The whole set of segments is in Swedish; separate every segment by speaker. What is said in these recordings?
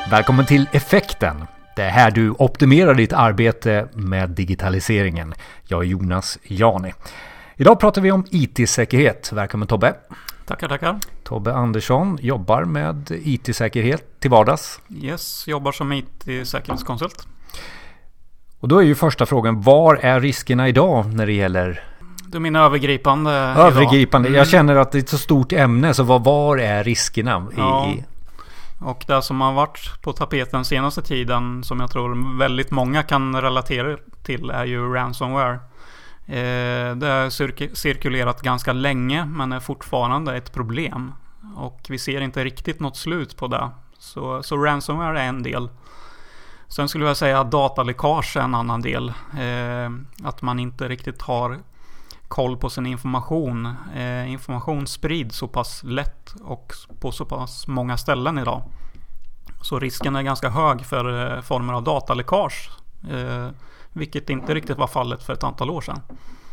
Speaker 1: Välkommen till Effekten. Det är här du optimerar ditt arbete med digitaliseringen. Jag är Jonas Jani. Idag pratar vi om IT-säkerhet. Välkommen Tobbe.
Speaker 2: Tackar.
Speaker 1: Tobbe Andersson jobbar med IT-säkerhet till vardags.
Speaker 2: Yes, jobbar som IT-säkerhetskonsult.
Speaker 1: Och då är ju första frågan, var är riskerna idag när det gäller...
Speaker 2: Du menar övergripande?
Speaker 1: Övergripande. Jag känner att det är ett så stort ämne, så var är riskerna?
Speaker 2: Och det som har varit på tapeten senaste tiden, som jag tror väldigt många kan relatera till, är ju ransomware. Det har cirkulerat ganska länge, men är fortfarande ett problem. Och vi ser inte riktigt något slut på det. Så ransomware är en del. Sen skulle jag säga att dataläckage är en annan del. Att man inte riktigt har koll på sin information. Information sprids så pass lätt och på så pass många ställen idag. Så risken är ganska hög för former av dataläckage. Vilket inte riktigt var fallet för ett antal år sedan.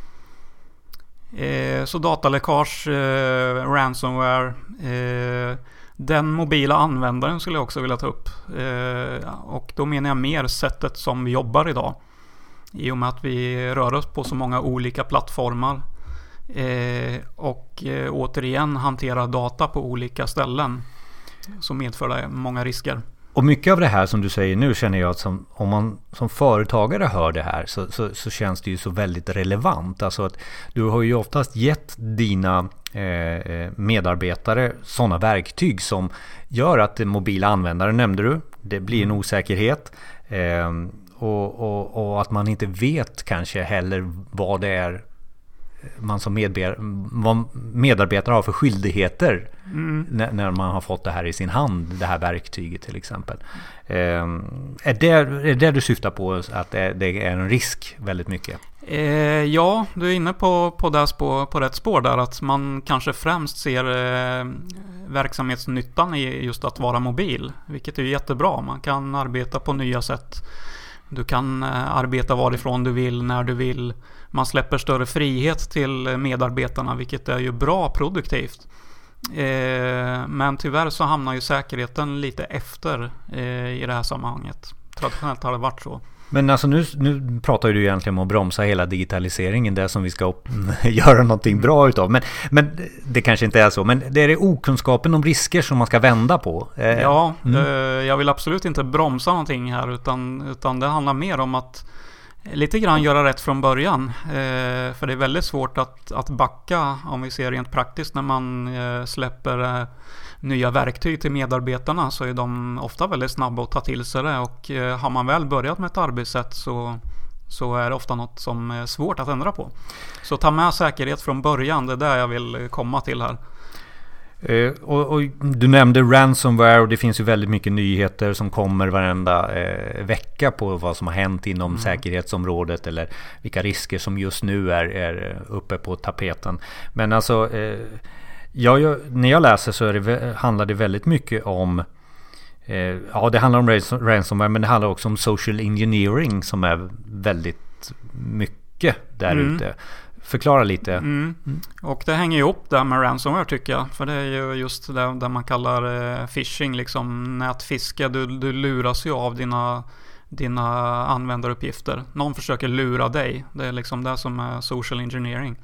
Speaker 2: Så dataläckage, ransomware, den mobila användaren skulle jag också vilja ta upp. Och då menar jag mer sättet som vi jobbar idag. I och med att vi rör oss på så många olika plattformar. Och återigen hanterar data på olika ställen. Så medför det många risker.
Speaker 1: Och mycket av det här som du säger nu känner jag att om man som företagare hör det här så känns det ju så väldigt relevant. Alltså att du har ju oftast gett dina medarbetare sådana verktyg som gör att mobila användare, nämnde du, det blir en osäkerhet och att man inte vet kanske heller vad det är man som medarbetare har för skilldigheter när man har fått det här i sin hand, det här verktyget till exempel. Är det du syftar på, att det är en risk väldigt mycket?
Speaker 2: Ja, du är inne på rätt spår där, att man kanske främst ser verksamhetsnyttan i just att vara mobil, vilket är jättebra. Man kan arbeta på nya sätt. Du kan arbeta varifrån du vill, när du vill. Man släpper större frihet till medarbetarna, vilket är ju bra produktivt. Men tyvärr så hamnar ju säkerheten lite efter i det här sammanhanget. Traditionellt har det varit så. Men
Speaker 1: alltså nu pratar du egentligen om att bromsa hela digitaliseringen, det som vi ska göra någonting bra utav. Men det kanske inte är så. Men det är okunskapen om risker som man ska vända på.
Speaker 2: Jag vill absolut inte bromsa någonting här, utan det handlar mer om att lite grann göra rätt från början. För det är väldigt svårt att backa, om vi ser rent praktiskt, när man släpper nya verktyg till medarbetarna, så är de ofta väldigt snabba att ta till sig det. Och har man väl börjat med ett arbetssätt så är det ofta något som är svårt att ändra på. Så ta med säkerhet från början, det är där jag vill komma till här.
Speaker 1: Och du nämnde ransomware, och det finns ju väldigt mycket nyheter som kommer varenda vecka på vad som har hänt inom säkerhetsområdet eller vilka risker som just nu är uppe på tapeten. Men alltså när jag läser så handlar det väldigt mycket om det handlar om ransomware, men det handlar också om social engineering som är väldigt mycket där ute. Förklara lite.
Speaker 2: Och det hänger ihop där med ransomware, tycker jag. För det är ju just det där man kallar phishing, liksom nätfiske. Du luras ju av dina användaruppgifter. Någon försöker lura dig. Det är liksom det som är social engineering.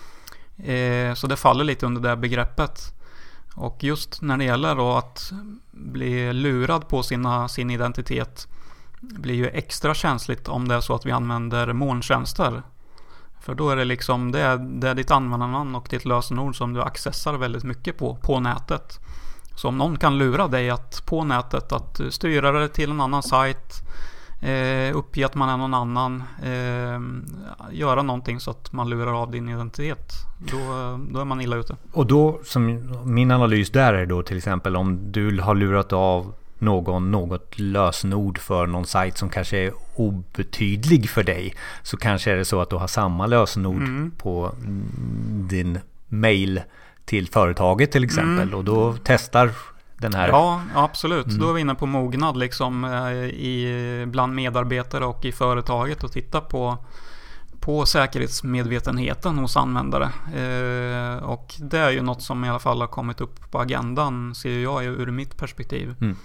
Speaker 2: Så det faller lite under det begreppet. Och just när det gäller då att bli lurad på sin identitet, blir ju extra känsligt om det är så att vi använder molntjänster. För då är det liksom det är ditt användarnamn och ditt lösenord som du accessar väldigt mycket på nätet. Så om någon kan lura dig på nätet att styra det till en annan sajt, uppge att man är någon annan, göra någonting så att man lurar av din identitet, då är man illa ute.
Speaker 1: Och då, som min analys där är då till exempel, om du har lurat av något lösenord för någon sajt som kanske är obetydlig för dig, så kanske är det så att du har samma lösenord på din mail till företaget till exempel, och då testar den här.
Speaker 2: Ja, absolut. Då är vi inne på mognad liksom, bland medarbetare och i företaget, och titta på säkerhetsmedvetenheten hos användare. Och det är ju något som i alla fall har kommit upp på agendan, ser jag ur mitt perspektiv.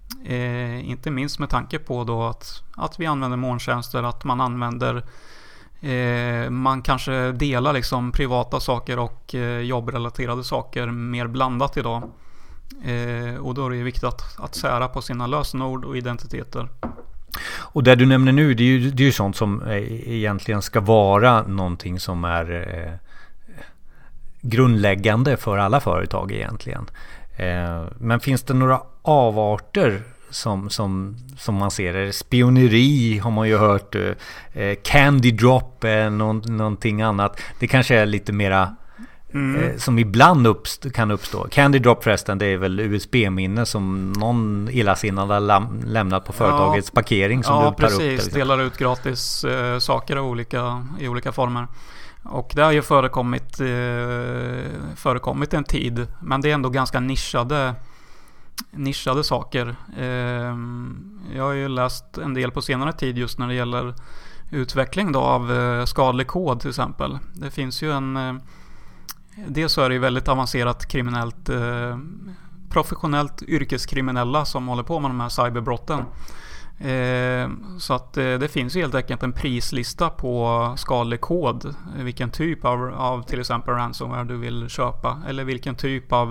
Speaker 2: Inte minst med tanke på då att vi använder molntjänster, att man använder man kanske delar liksom privata saker och jobbrelaterade saker mer blandat idag. Och då är det viktigt att sära på sina lösenord och identiteter.
Speaker 1: Och det du nämner nu, det är ju sånt som egentligen ska vara någonting som är grundläggande för alla företag egentligen. Men finns det några avarter som man ser? Spioneri har man ju hört. Candy drop är någonting annat. Det kanske är lite mera som ibland kan uppstå. Candy drop förresten, det är väl USB-minne som någon illasinnad har lämnat på företagets parkering som du tar
Speaker 2: precis,
Speaker 1: upp. Ja, precis.
Speaker 2: Delar ut gratis saker i olika former. Och det har ju förekommit en tid, men det är ändå ganska nischade saker. Jag har ju läst en del på senare tid just när det gäller utveckling då av skadlig kod till exempel. Det finns ju dels så är det ju väldigt avancerat kriminellt, professionellt yrkeskriminella som håller på med de här cyberbrotten. Så att det finns ju helt enkelt en prislista på skadlig kod. Vilken typ av till exempel ransomware du vill köpa, eller vilken typ av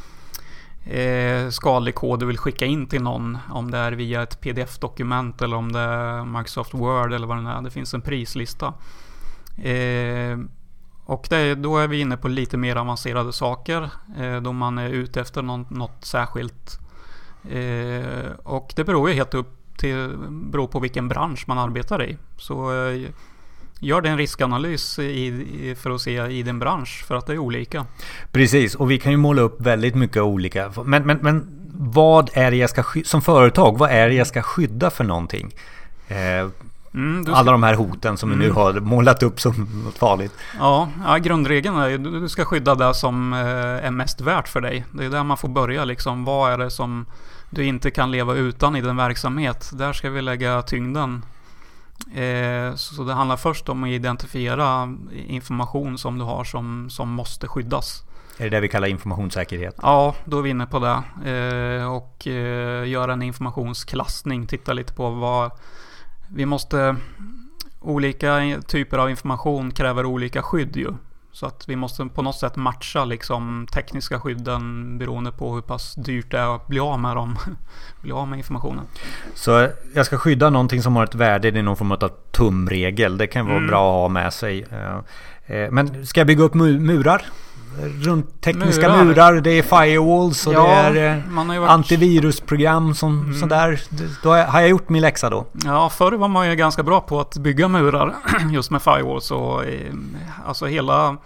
Speaker 2: skadlig kod du vill skicka in till någon, om det är via ett pdf-dokument eller om det är Microsoft Word eller vad det är. Det finns en prislista. Och då är vi inne på lite mer avancerade saker, då man är ute efter något särskilt. Och det beror ju helt beror på vilken bransch man arbetar i. Så gör det en riskanalys för att se i din bransch, för att det är olika. Precis, och vi kan ju måla upp väldigt mycket olika. Men vad är det jag ska som företag, vad är det jag ska skydda för någonting? Alla de här hoten som vi nu har målat upp som något farligt. Ja, grundregeln är att du ska skydda det som är mest värt för dig. Det är där man får börja liksom. Vad är det som du inte kan leva utan i din verksamhet? Där ska vi lägga tyngden. Så det handlar först om att identifiera information som du har som måste skyddas. Är det vi kallar informationssäkerhet? Ja, då är vi inne på det. Och göra en informationsklassning. Titta lite på vad vi måste... Olika typer av information kräver olika skydd ju. Så att vi måste på något sätt matcha liksom tekniska skydden beroende på hur pass dyrt det är att bli av med dem. Bli av med informationen. Så jag ska skydda någonting som har ett värde, det är någon form av tumregel. Det kan vara bra att ha med sig. Men ska jag bygga upp murar? Runt tekniska murar, det är firewalls och det är antivirusprogram sådär. Då har jag gjort min läxa då. Ja, förr var man ju ganska bra på att bygga murar just med firewalls och alltså hela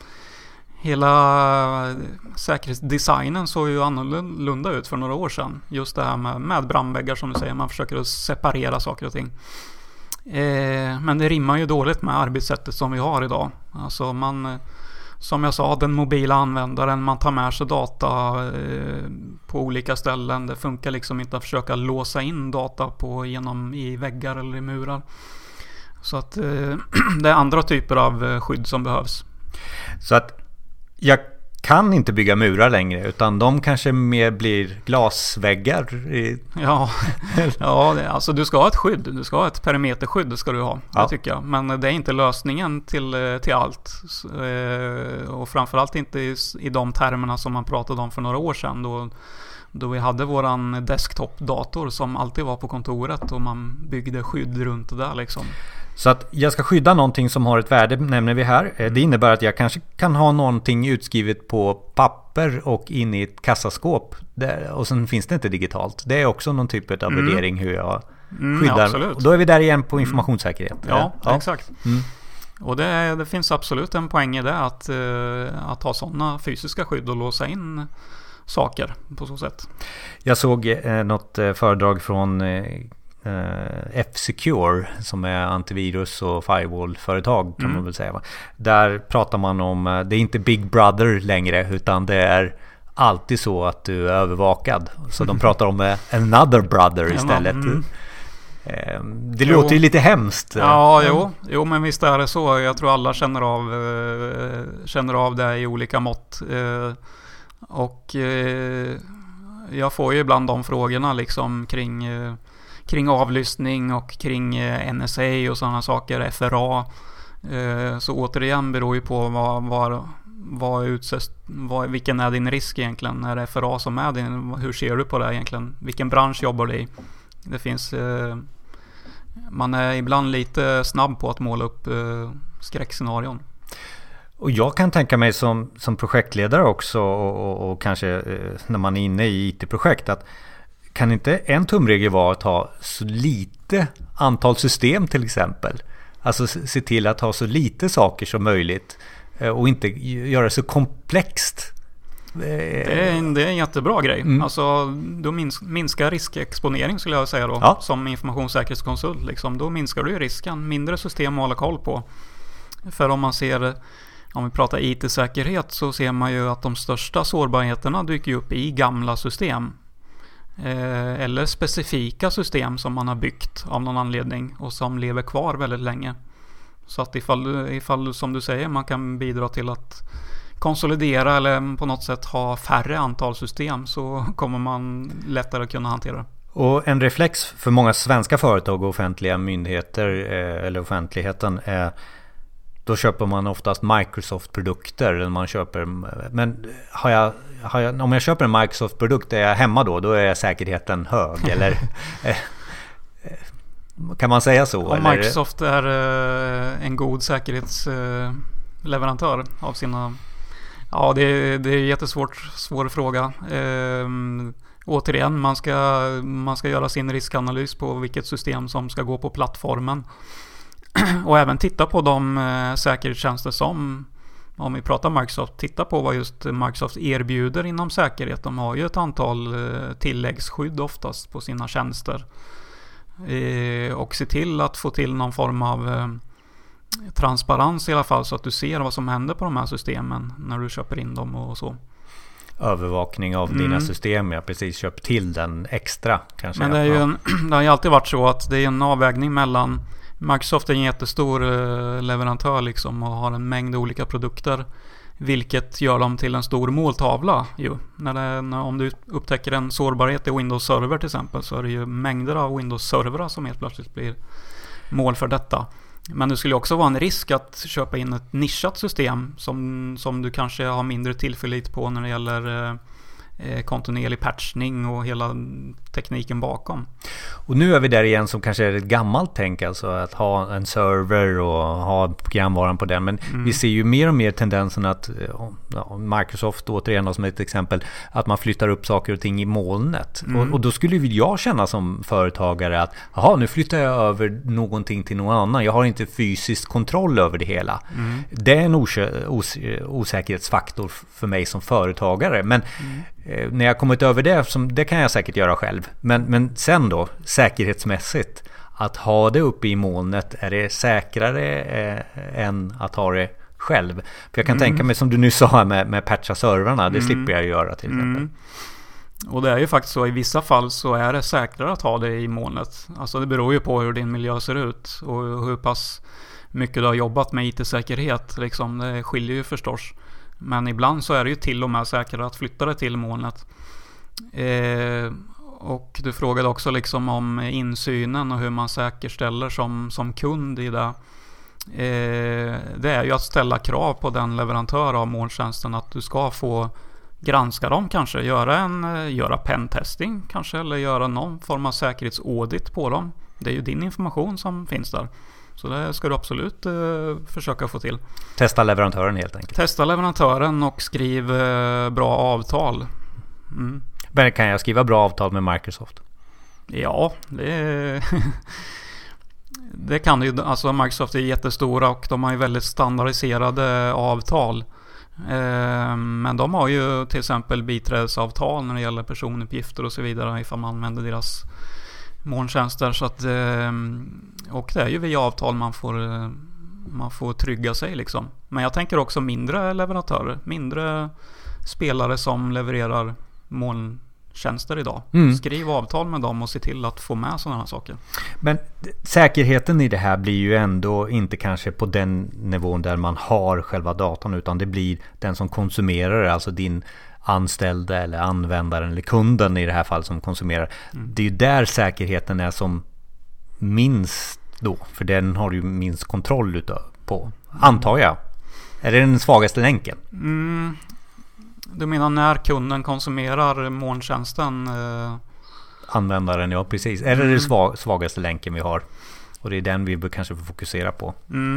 Speaker 2: säkerhetsdesignen såg ju annorlunda ut för några år sedan. Just det här med brandväggar som du säger, man försöker att separera saker och ting. Men det rimmar ju dåligt med arbetssättet som vi har idag. Alltså som jag sa, den mobila användaren, man tar med sig data på olika ställen. Det funkar liksom inte att försöka låsa in data i väggar eller i murar. Så att det är andra typer av skydd som behövs. Så att jag kan inte bygga murar längre, utan de kanske mer blir glasväggar. Ja, alltså du ska ha ett skydd. Du ska ha ett perimeterskydd, det ska du ha, det tycker jag. Men det är inte lösningen till allt. Och framförallt inte i de termerna som man pratade om för några år sedan. Då vi hade våran desktop-dator som alltid var på kontoret och man byggde skydd runt det där liksom. Så att jag ska skydda någonting som har ett värde, nämner vi här. Det innebär att jag kanske kan ha någonting utskrivet på papper och in i ett kassaskåp. Och sen finns det inte digitalt. Det är också någon typ av värdering hur jag skyddar. Och då är vi där igen på informationssäkerhet. Ja, exakt. Och det finns absolut en poäng i det att ha sådana fysiska skydd och låsa in saker på så sätt. Jag såg något föredrag från F-Secure som är antivirus och firewall-företag kan man väl säga. Va? Där pratar man om, det är inte Big Brother längre, utan det är alltid så att du är övervakad. Så de pratar om another brother istället. Det låter ju lite hemskt. Ja, jo, men visst är det så. Jag tror alla känner av det i olika mått. Och jag får ju ibland de frågorna liksom kring avlyssning och kring NSA och sådana saker, FRA. Så återigen beror ju på vilken är din risk egentligen? Är det FRA som är din? Hur ser du på det egentligen? Vilken bransch jobbar du i? Det finns... man är ibland lite snabb på att måla upp skräckscenarion.
Speaker 1: Och jag kan tänka mig som projektledare också och kanske när man är inne i IT-projekt att kan inte en tumregel vara att ha så lite antal system till exempel? Alltså se till att ha så lite saker som möjligt och inte göra det så komplext.
Speaker 2: Det är en jättebra grej. Alltså, då minskar riskexponering skulle jag säga då. Som informationssäkerhetskonsult. Liksom. Då minskar du ju risken. Mindre system att hålla koll på. För om vi pratar IT-säkerhet så ser man ju att de största sårbarheterna dyker upp i gamla system. Eller specifika system som man har byggt av någon anledning och som lever kvar väldigt länge. Så att ifall som du säger man kan bidra till att konsolidera eller på något sätt ha färre antal system så kommer man lättare att kunna hantera det. Och
Speaker 1: en reflex för många svenska företag och offentliga myndigheter eller offentligheten är då köper man oftast Microsoft-produkter eller man köper, men om jag köper en Microsoft-produkt är jag hemma då är säkerheten hög eller kan man säga så?
Speaker 2: Om Microsoft är en god säkerhetsleverantör av sina... Ja, det är en svår fråga. Återigen, man ska göra sin riskanalys på vilket system som ska gå på plattformen. Och även titta på de säkerhetstjänster som, om vi pratar Microsoft, titta på vad just Microsoft erbjuder inom säkerhet. De har ju ett antal tilläggsskydd oftast på sina tjänster. Och se till att få till någon form av transparens i alla fall så att du ser vad som händer på de här systemen när du köper in dem och så. Övervakning av dina system, ja precis, köp till den extra kanske. Men det har ju alltid varit så att det är en avvägning mellan Microsoft är en jättestor leverantör liksom och har en mängd olika produkter, vilket gör dem till en stor måltavla ju. Om du upptäcker en sårbarhet i Windows Server till exempel så är det ju mängder av Windows-servrar som helt plötsligt blir mål för detta. Men det skulle också vara en risk att köpa in ett nischat system som du kanske har mindre tillförlit på när det gäller kontinuerlig patchning och hela tekniken bakom. Och nu är vi där igen som kanske är ett gammalt tänk, alltså att ha en server och ha programvaran på den, men vi ser ju mer och mer tendensen att Microsoft återigen som ett exempel, att man flyttar upp saker och ting i molnet. Och då skulle jag känna som företagare att nu flyttar jag över någonting till någon annan. Jag har inte fysisk kontroll över det hela. Det är en osäkerhetsfaktor för mig som företagare, men när jag kommit över det kan jag säkert göra själv. Men sen då, säkerhetsmässigt, att ha det uppe i molnet, är det säkrare än att ha det själv? För jag kan tänka mig, som du nu sa med patcha servrarna, det slipper jag göra till exempel. Och det är ju faktiskt så, i vissa fall så är det säkrare att ha det i molnet. Alltså det beror ju på hur din miljö ser ut och hur pass mycket du har jobbat med IT-säkerhet. Liksom, det skiljer ju förstås. Men ibland så är det ju till och med säkrare att flytta det till molnet. Och du frågade också liksom om insynen och hur man säkerställer som kund i det. Det är ju att ställa krav på den leverantör av molntjänsten att du ska få granska dem kanske. Göra pentesting kanske, eller göra någon form av säkerhetsaudit på dem. Det är ju din information som finns där. Så det ska du absolut försöka få till. Testa leverantören helt enkelt. Testa leverantören och skriv bra avtal.
Speaker 1: Men kan jag skriva bra avtal med Microsoft?
Speaker 2: Ja, det kan du. Alltså Microsoft är jättestora och de har ju väldigt standardiserade avtal. Men de har ju till exempel biträdesavtal när det gäller personuppgifter och så vidare ifall man använder deras molntjänster, så att och det är ju via avtal man får trygga sig liksom. Men jag tänker också mindre leverantörer, mindre spelare som levererar molntjänster idag. Skriv avtal med dem och se till att få med sådana här saker. Men säkerheten i det här blir ju ändå inte kanske på den nivån där man har själva datan, utan det blir den som konsumerar det, alltså din
Speaker 1: anställda eller användaren eller kunden i det här fallet som konsumerar. Det är ju där säkerheten är som minst då, för den har ju minst kontroll på, antar jag. Är det den svagaste länken?
Speaker 2: Du menar när kunden konsumerar molntjänsten?
Speaker 1: Användaren, ja precis. Är det svagaste länken vi har? Och det är den vi bör kanske fokusera på.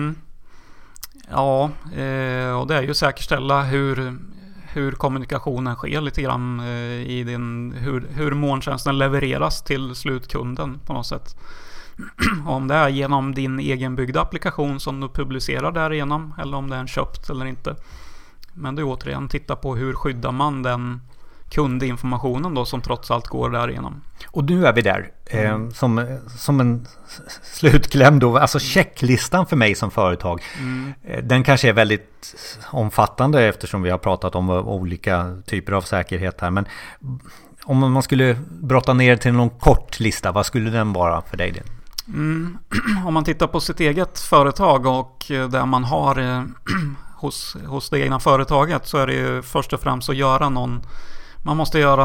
Speaker 2: Ja, och det är ju säkerställa hur kommunikationen sker lite grann i hur molntjänsten levereras till slutkunden på något sätt. Om det är genom din egenbyggda applikation som du publicerar därigenom eller om det är en köpt eller inte. Men du återigen titta på hur skyddar man den kundinformationen då som trots allt går därigenom.
Speaker 1: Och nu är vi där. Som en slutkläm då, alltså checklistan för mig som företag. Den kanske är väldigt omfattande eftersom vi har pratat om olika typer av säkerhet här. Men om man skulle brotta ner till någon kort lista, vad skulle den vara för dig?
Speaker 2: Om man tittar på sitt eget företag och där man har hos det egna företaget, så är det ju först och främst att göra man måste göra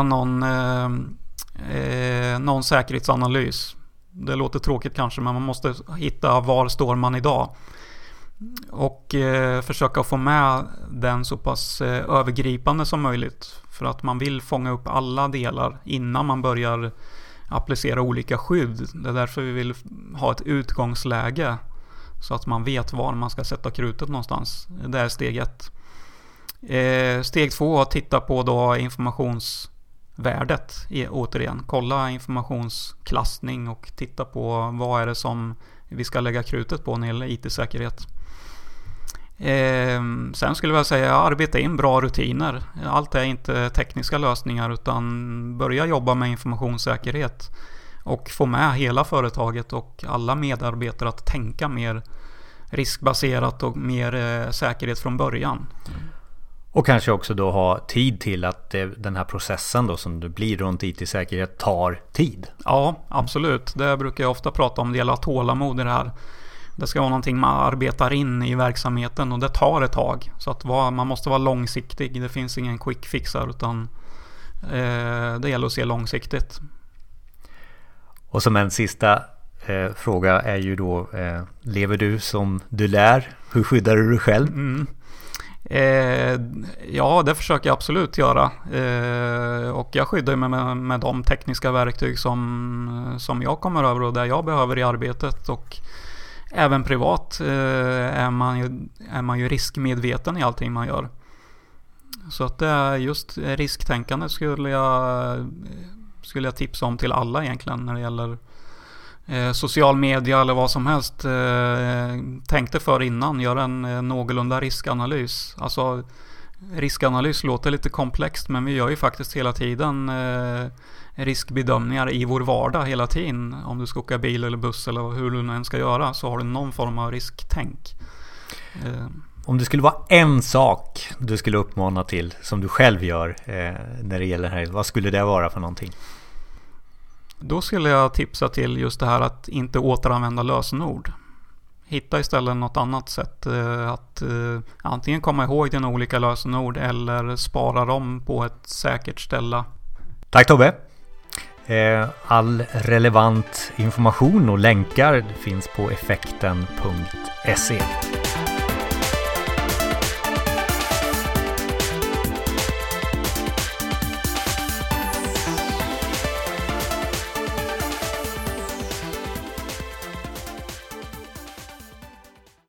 Speaker 2: någon säkerhetsanalys. Det låter tråkigt kanske, men man måste hitta var står man idag. Och försöka få med den så pass övergripande som möjligt. För att man vill fånga upp alla delar innan man börjar applicera olika skydd. Det är därför vi vill ha ett utgångsläge. Så att man vet var man ska sätta krutet någonstans. Det är steg 1. Steg 2 är att titta på då informationsvärdet. Återigen, kolla informationsklassning och titta på vad är det som vi ska lägga krutet på när det gäller IT-säkerhet. Sen skulle jag säga arbeta in bra rutiner. Allt är inte tekniska lösningar utan börja jobba med informationssäkerhet och få med hela företaget och alla medarbetare att tänka mer riskbaserat och mer säkerhet från början.
Speaker 1: Och kanske också då ha tid till att den här processen då som det blir runt IT-säkerhet tar tid.
Speaker 2: Ja, absolut. Det brukar jag ofta prata om. Det gäller tålamod i det här. Det ska vara någonting man arbetar in i verksamheten och det tar ett tag. Så att man måste vara långsiktig. Det finns ingen quick fixar utan det gäller att se långsiktigt.
Speaker 1: Och som en sista fråga är ju då, lever du som du lär? Hur skyddar du dig själv?
Speaker 2: Ja, det försöker jag absolut göra. Och jag skyddar mig med de tekniska verktyg som jag kommer över och där jag behöver i arbetet. Och även privat är man ju riskmedveten i allting man gör. Så att det är just risktänkande skulle jag tipsa om till alla egentligen när det gäller social media eller vad som helst. Tänk dig för innan, gör en någorlunda riskanalys. Alltså riskanalys låter lite komplext men vi gör ju faktiskt hela tiden riskbedömningar i vår vardag hela tiden. Om du ska åka bil eller buss eller hur du än ska göra så har du någon form av risktänk.
Speaker 1: Om det skulle vara en sak du skulle uppmana till som du själv gör när det gäller det här, vad skulle det vara för någonting?
Speaker 2: Då skulle jag tipsa till just det här att inte återanvända lösenord. Hitta istället något annat sätt att antingen komma ihåg dina olika lösenord eller spara dem på ett säkert ställe.
Speaker 1: Tack Tobbe! All relevant information och länkar finns på effekten.se.